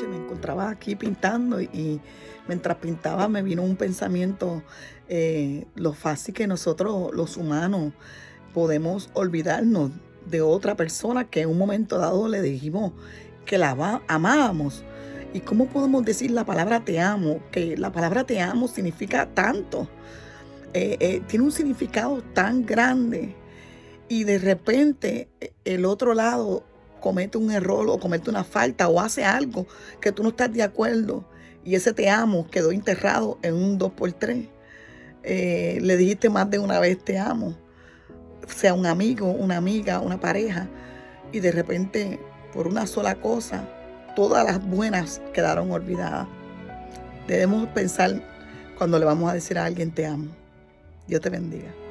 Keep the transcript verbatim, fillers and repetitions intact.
Anoche me encontraba aquí pintando y, y mientras pintaba me vino un pensamiento, eh, lo fácil que nosotros los humanos podemos olvidarnos de otra persona que en un momento dado le dijimos que la ama- amábamos. ¿Y cómo podemos decir la palabra te amo? Que la palabra te amo significa tanto, eh, eh, tiene un significado tan grande y de repente eh, el otro lado comete un error o comete una falta o hace algo que tú no estás de acuerdo y ese te amo quedó enterrado en un dos por tres. Eh, le dijiste más de una vez te amo, sea un amigo, una amiga, una pareja, y de repente por una sola cosa todas las buenas quedaron olvidadas. Debemos pensar cuando le vamos a decir a alguien te amo. Dios te bendiga.